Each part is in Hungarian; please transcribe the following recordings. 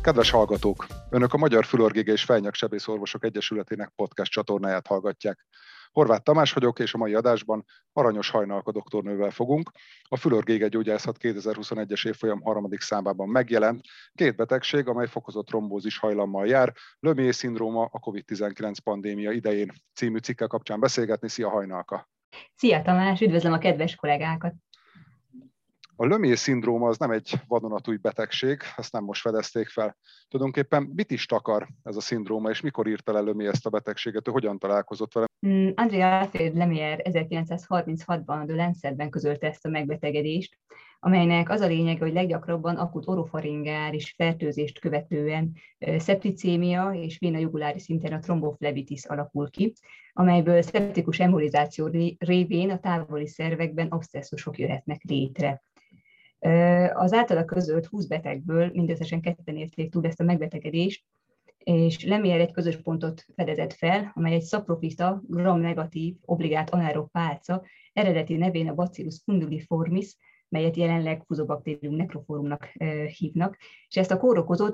Kedves hallgatók! Önök a Magyar Fülorgégé és Fejnyaksebészorvosok Egyesületének podcast csatornáját hallgatják. Horváth Tamás vagyok, és a mai adásban Aranyos Hajnalka doktornővel fogunk a Fülorgégé gyógyászat 2021-es évfolyam harmadik számában megjelent két betegség, amely fokozott trombózis hajlammal jár, Lemierre-szindróma a COVID-19 pandémia idején című cikkel kapcsán beszélgetni. Szia Hajnalka! Szia Tamás, üdvözlöm a kedves kollégákat! A Lemierre-szindróma az nem egy vadonatúj betegség, ezt nem most fedezték fel. Tulajdonképpen mit is takar ez a szindróma, és mikor írta le Lemierre ezt a betegséget, ő hogyan találkozott vele? André Alfred Lemierre 1936-ban a Lancetben közölte ezt a megbetegedést, amelynek az a lényege, hogy leggyakrabban akut orofaringeális fertőzést követően szepticémia és véna jugulári szinten a tromboflebitis alakul ki, amelyből szeptikus embolizáció révén a távoli szervekben abszesszusok jöhetnek létre. Az általa közölt 20 betegből mindösszesen 2-en élték túl ezt a megbetegedést, és Lemierre egy közös pontot fedezett fel, amely egy szaprofita, gram-negatív, obligát anaerob pálca, eredeti nevén a Bacillus funduliformis, melyet jelenleg Fusobacterium necroforumnak hívnak, és ezt a kórokozót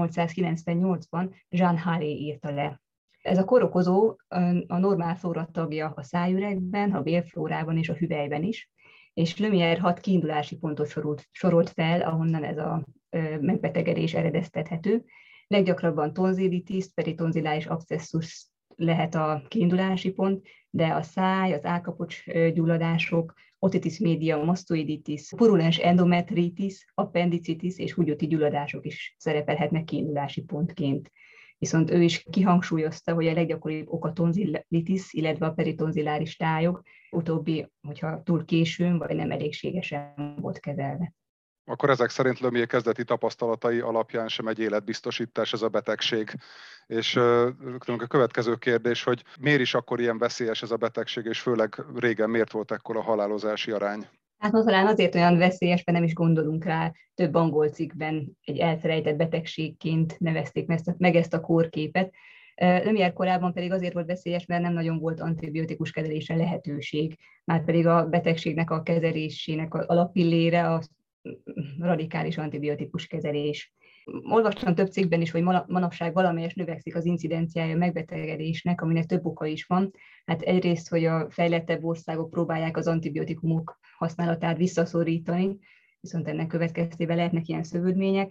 1898-ban Jean Hallé írta le. Ez a kórokozó a normál flóra tagja a szájüregben, a bélflórában és a hüvelyben is, és Lemierre 6 kiindulási pontot sorolt fel, ahonnan ez a megbetegedés eredeztethető. Leggyakrabban tonzilitis, peritonzilális abszesszus lehet a kiindulási pont, de a száj, az állkapocs gyulladások, otitis media, mastoiditis, purulens endometritis, appendicitis és húgyoti gyulladások is szerepelhetnek kiindulási pontként. Viszont ő is kihangsúlyozta, hogy a leggyakoribb ok a tonzilitis, illetve a peritonziláris tályok, utóbbi, hogyha túl későn vagy nem elégségesen volt kezelve. Akkor ezek szerint Lemierre kezdeti tapasztalatai alapján sem egy életbiztosítás ez a betegség. És a következő kérdés, hogy miért is akkor ilyen veszélyes ez a betegség, és főleg régen miért volt ekkor a halálozási arány? Hát talán azért olyan veszélyes, mert nem is gondolunk rá, több angol cikkben egy elfelejtett betegségként nevezték meg ezt a kórképet. Lemierre korában pedig azért volt veszélyes, mert nem nagyon volt antibiotikus kezelésre lehetőség, márpedig a betegségnek a kezelésének az alappillére a radikális antibiotikus kezelés. Olvastam több cikkben is, hogy manapság valamelyest növekszik az incidenciája a megbetegedésnek, aminek több oka is van. Hát egyrészt, hogy a fejlettebb országok próbálják az antibiotikumok használatát visszaszorítani, viszont ennek következtében lehetnek ilyen szövődmények.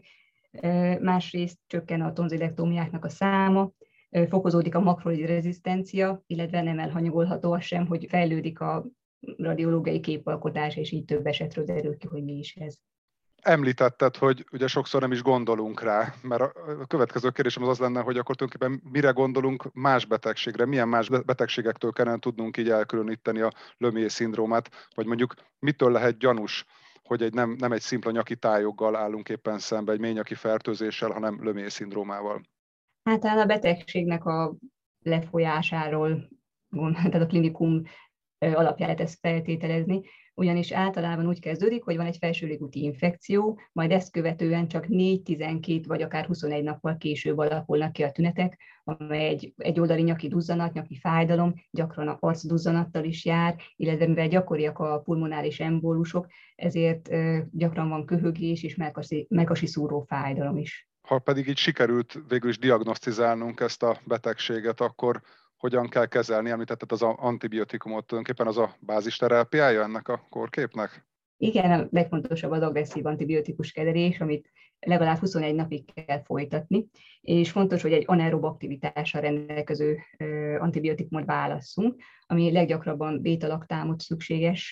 Másrészt csökken a tonzilektómiáknak a száma, fokozódik a makrolid rezisztencia, illetve nem elhanyagolható az sem, hogy fejlődik a radiológiai képalkotás, és így több esetről derül ki, hogy mi is ez. Említetted, hogy ugye sokszor nem is gondolunk rá, mert a következő kérdésem az lenne, hogy akkor tulajdonképpen mire gondolunk más betegségre, milyen más betegségektől kellene tudnunk így elkülöníteni a Lemierre-szindrómát, vagy mondjuk mitől lehet gyanús, hogy nem egy szimpla nyaki tájoggal állunk éppen szembe, egy mélynyaki fertőzéssel, hanem Lemierre-szindrómával. Hát talán a betegségnek a lefolyásáról, tehát a klinikum alapján lehet ezt feltételezni, ugyanis általában úgy kezdődik, hogy van egy felső légúti infekció, majd ezt követően csak 4, 12 vagy akár 21 nappal később alakulnak ki a tünetek, amely egy oldali nyaki duzzanat, nyaki fájdalom, gyakran a arcduzzanattal is jár, illetve mivel gyakoriak a pulmonáris embolusok, ezért gyakran van köhögés és mellkasi szúró fájdalom is. Ha pedig így sikerült végül is diagnosztizálnunk ezt a betegséget, akkor hogyan kell kezelni? Említetted az antibiotikumot, tulajdonképpen az a bázisterápiája ennek a kórképnek? Igen, a legfontosabb az agresszív antibiotikus kezelés, amit legalább 21 napig kell folytatni, és fontos, hogy egy anaerob aktivitással rendelkező antibiotikumot válasszunk, ami leggyakrabban béta-laktámot szükséges,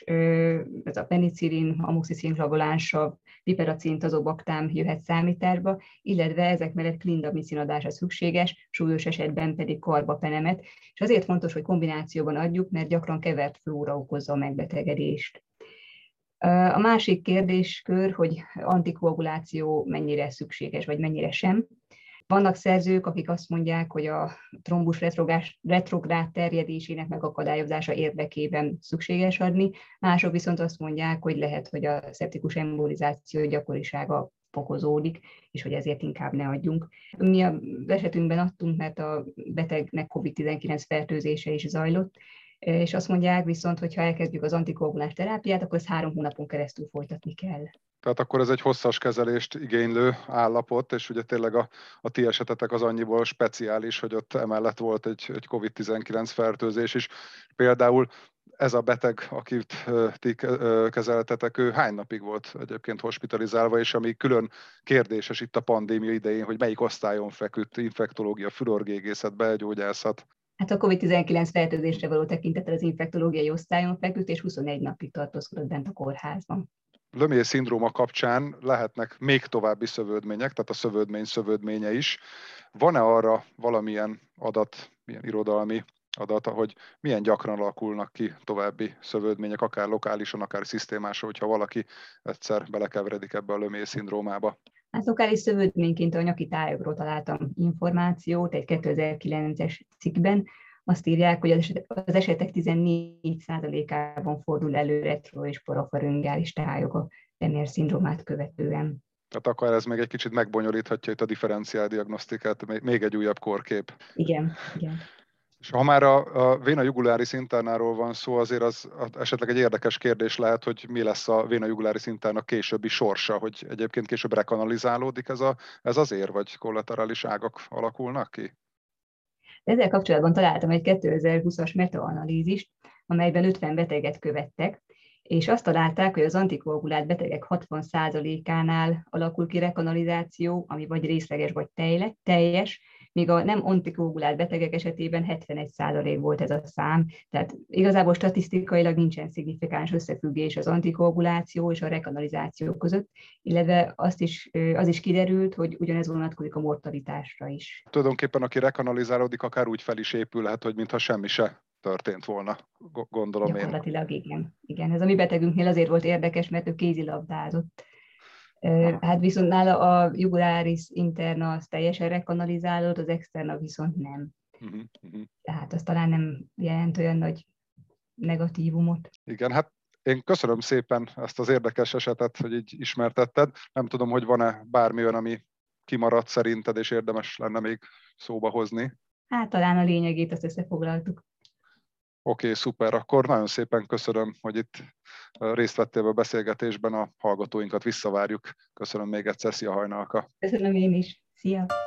ez a penicillin, amoxicillin, klavolánsav, piperacin, tazobactam jöhet számításba, illetve ezek mellett klindamicin adása szükséges, súlyos esetben pedig karbapenemet, és azért fontos, hogy kombinációban adjuk, mert gyakran kevert flóra okozza a megbetegedést. A másik kérdéskör, hogy antikoaguláció mennyire szükséges, vagy mennyire sem. Vannak szerzők, akik azt mondják, hogy a trombus retrográd terjedésének megakadályozása érdekében szükséges adni, mások viszont azt mondják, hogy lehet, hogy a szeptikus embolizáció gyakorisága fokozódik, és hogy ezért inkább ne adjunk. Mi az esetünkben adtunk, mert a betegnek COVID-19 fertőzése is zajlott, és azt mondják viszont, hogy ha elkezdjük az antikoaguláns terápiát, akkor ezt 3 hónapon keresztül folytatni kell. Tehát akkor ez egy hosszas kezelést igénylő állapot, és ugye tényleg a ti esetetek az annyiból speciális, hogy ott emellett volt egy COVID-19 fertőzés is. Például ez a beteg, akit ti kezeltetek, ő hány napig volt egyébként hospitalizálva, és ami külön kérdéses itt a pandémia idején, hogy melyik osztályon feküdt, infektológia, fülorgégészet, belgyógyászat? Hát a COVID-19 fertőzésre való tekintettel az infektológiai osztályon feküdt, és 21 napig tartózkodott bent a kórházban. Lömér-szindróma kapcsán lehetnek még további szövődmények, tehát a szövődmény szövődménye is. Van-e arra valamilyen adat, milyen irodalmi adat, hogy milyen gyakran alakulnak ki további szövődmények, akár lokálisan, akár szisztémásan, hogyha valaki egyszer belekeveredik ebbe a Lömér-szindrómába? Hát lokális szövődményként a nyaki tájogról találtam információt egy 2009-es cikkben. Azt írják, hogy az esetek 14%-ában fordul elő retro- és parafaringális tájog a Lemierre-szindrómát követően. Tehát akkor ez még egy kicsit megbonyolíthatja itt a differenciál diagnosztikát, még egy újabb kórkép. Igen, igen. És ha már a vena jugularis internáról van szó, azért az esetleg egy érdekes kérdés lehet, hogy mi lesz a vena jugularis interna későbbi sorsa, hogy egyébként később rekanalizálódik ez az ér, vagy kollaterális ágak alakulnak ki? Ezzel kapcsolatban találtam egy 2020-as metaanalízist, amelyben 50 beteget követtek, és azt találták, hogy az antikoagulált betegek 60%-ánál alakul ki rekanalizáció, ami vagy részleges, vagy teljes, míg a nem antikoagulált betegek esetében 71% volt ez a szám. Tehát igazából statisztikailag nincsen szignifikáns összefüggés az antikoaguláció és a rekanalizáció között, illetve az is kiderült, hogy ugyanez vonatkozik a mortalitásra is. Tulajdonképpen aki rekanalizálódik, akár úgy fel is épülhet, hogy mintha semmi se történt volna, gondolom én. Gyakorlatilag igen. Igen. Ez a mi betegünknél azért volt érdekes, mert ő kézilabdázott. Hát viszont nála a jugularis interna az teljesen rekanalizálódott, az externa viszont nem. Tehát az talán nem jelent olyan nagy negatívumot. Igen, hát én köszönöm szépen ezt az érdekes esetet, hogy így ismertetted. Nem tudom, hogy van-e bármi olyan, ami kimaradt szerinted, és érdemes lenne még szóba hozni. Hát talán a lényegét azt összefoglaltuk. Oké, szuper. Akkor nagyon szépen köszönöm, hogy itt részt vettél a beszélgetésben, a hallgatóinkat visszavárjuk. Köszönöm még egyszer, szia Hajnalka! Köszönöm én is. Szia!